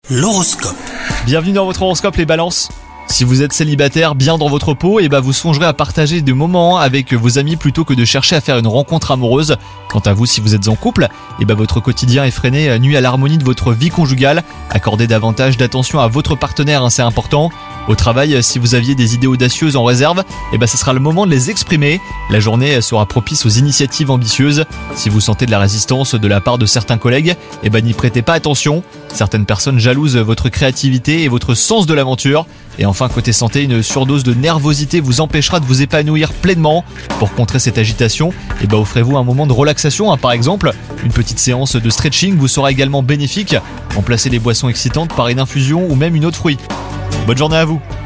L'horoscope. Bienvenue dans votre horoscope les balances. Si vous êtes célibataire, bien dans votre peau, vous songerez à partager des moments avec vos amis plutôt que de chercher à faire une rencontre amoureuse. Quant à vous, si vous êtes en couple, votre quotidien effréné nuit à l'harmonie de votre vie conjugale. Accordez davantage d'attention à votre partenaire, c'est important. Au travail, si vous aviez des idées audacieuses en réserve, ce sera le moment de les exprimer. La journée sera propice aux initiatives ambitieuses. Si vous sentez de la résistance de la part de certains collègues, n'y prêtez pas attention. Certaines personnes jalousent votre créativité et votre sens de l'aventure. Et enfin, côté santé, une surdose de nervosité vous empêchera de vous épanouir pleinement. Pour contrer cette agitation, offrez-vous un moment de relaxation. Par exemple, une petite séance de stretching vous sera également bénéfique. Remplacez les boissons excitantes par une infusion ou même une eau de fruits. Bonne journée à vous.